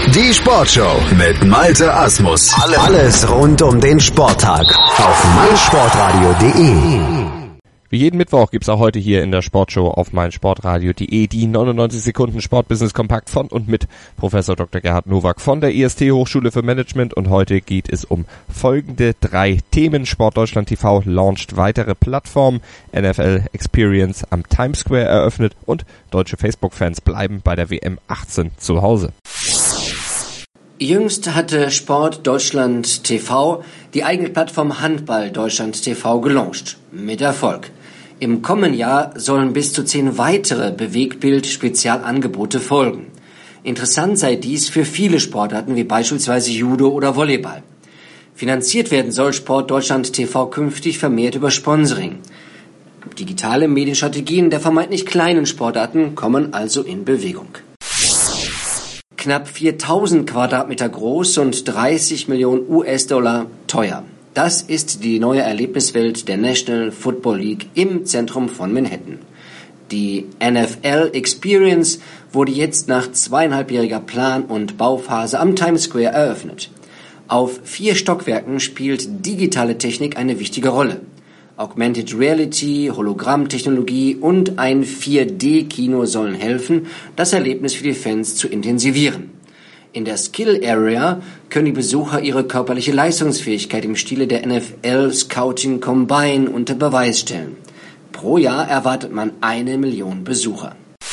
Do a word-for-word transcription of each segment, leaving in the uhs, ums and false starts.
Die Sportshow mit Malte Asmus. Alles rund um den Sporttag auf meinsportradio punkt de. Wie jeden Mittwoch gibt's auch heute hier in der Sportshow auf meinsportradio punkt de die neunundneunzig Sekunden Sportbusiness Kompakt von und mit Professor Doktor Gerhard Nowak von der I S T Hochschule für Management, und heute geht es um folgende drei Themen. Sport Deutschland T V launcht weitere Plattformen, N F L Experience am Times Square eröffnet und deutsche Facebook-Fans bleiben bei der W M achtzehn zu Hause. Jüngst hatte Sport Deutschland T V die eigene Plattform Handball Deutschland T V gelauncht. Mit Erfolg. Im kommenden Jahr sollen bis zu zehn weitere Bewegtbild-Spezialangebote folgen. Interessant sei dies für viele Sportarten wie beispielsweise Judo oder Volleyball. Finanziert werden soll Sport Deutschland T V künftig vermehrt über Sponsoring. Digitale Medienstrategien der vermeintlich kleinen Sportarten kommen also in Bewegung. Knapp viertausend Quadratmeter groß und dreißig Millionen U S-Dollar teuer. Das ist die neue Erlebniswelt der National Football League im Zentrum von Manhattan. Die N F L Experience wurde jetzt nach zweieinhalbjähriger Plan- und Bauphase am Times Square eröffnet. Auf vier Stockwerken spielt digitale Technik eine wichtige Rolle. Augmented Reality, Hologrammtechnologie und ein vier D Kino sollen helfen, das Erlebnis für die Fans zu intensivieren. In der Skill Area können die Besucher ihre körperliche Leistungsfähigkeit im Stile der N F L Scouting Combine unter Beweis stellen. Pro Jahr erwartet man eine Million Besucher.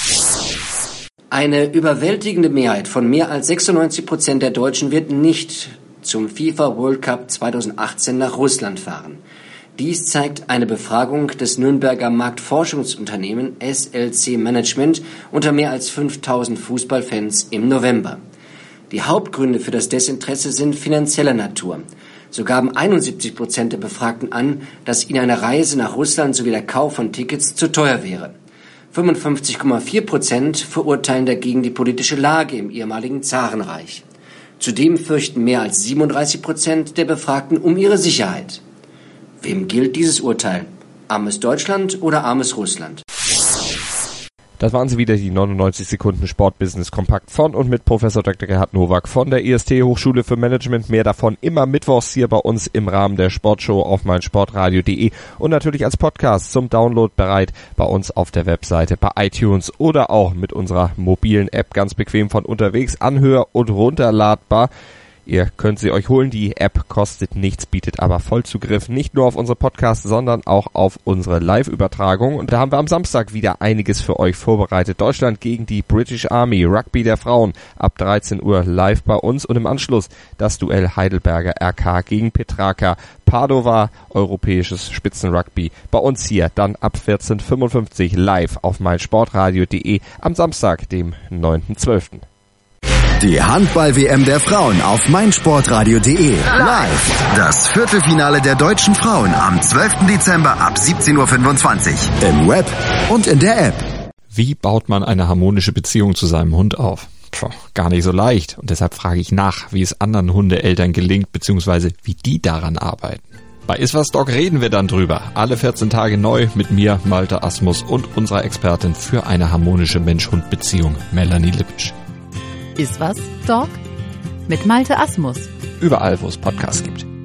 Eine überwältigende Mehrheit von mehr als sechsundneunzig Prozent der Deutschen wird nicht zum FIFA World Cup zweitausendachtzehn nach Russland fahren. Dies zeigt eine Befragung des Nürnberger Marktforschungsunternehmen S L C Management unter mehr als fünftausend Fußballfans im November. Die Hauptgründe für das Desinteresse sind finanzieller Natur. So gaben einundsiebzig Prozent der Befragten an, dass ihnen eine Reise nach Russland sowie der Kauf von Tickets zu teuer wäre. fünfundfünfzig Komma vier Prozent verurteilen dagegen die politische Lage im ehemaligen Zarenreich. Zudem fürchten mehr als siebenunddreißig Prozent der Befragten um ihre Sicherheit. Wem gilt dieses Urteil? Armes Deutschland oder armes Russland? Das waren sie wieder, die neunundneunzig Sekunden Sportbusiness Kompakt von und mit Professor Doktor Gerhard Nowak von der I S T Hochschule für Management. Mehr davon immer mittwochs hier bei uns im Rahmen der Sportshow auf meinsportradio punkt de und natürlich als Podcast zum Download bereit bei uns auf der Webseite, bei iTunes oder auch mit unserer mobilen App ganz bequem von unterwegs anhör- und runterladbar. Ihr könnt sie euch holen, die App kostet nichts, bietet aber Vollzugriff nicht nur auf unsere Podcasts, sondern auch auf unsere Live-Übertragung. Und da haben wir am Samstag wieder einiges für euch vorbereitet. Deutschland gegen die British Army, Rugby der Frauen, ab dreizehn Uhr live bei uns und im Anschluss das Duell Heidelberger R K gegen Petrarca Padova, europäisches Spitzenrugby bei uns hier, dann ab vierzehn Uhr fünfundfünfzig live auf meinsportradio punkt de am Samstag, dem neunten zwölften Die Handball-W M der Frauen auf meinsportradio punkt de. Live. Das Viertelfinale der deutschen Frauen am zwölften Dezember ab siebzehn Uhr fünfundzwanzig. Im Web und in der App. Wie baut man eine harmonische Beziehung zu seinem Hund auf? Puh, gar nicht so leicht. Und deshalb frage ich nach, wie es anderen Hundeeltern gelingt, beziehungsweise wie die daran arbeiten. Bei Iswas Dog reden wir dann drüber. Alle vierzehn Tage neu mit mir, Malte Asmus, und unserer Expertin für eine harmonische Mensch-Hund-Beziehung, Melanie Lippisch. Iswas Dog mit Malte Asmus. Überall, wo es Podcasts gibt.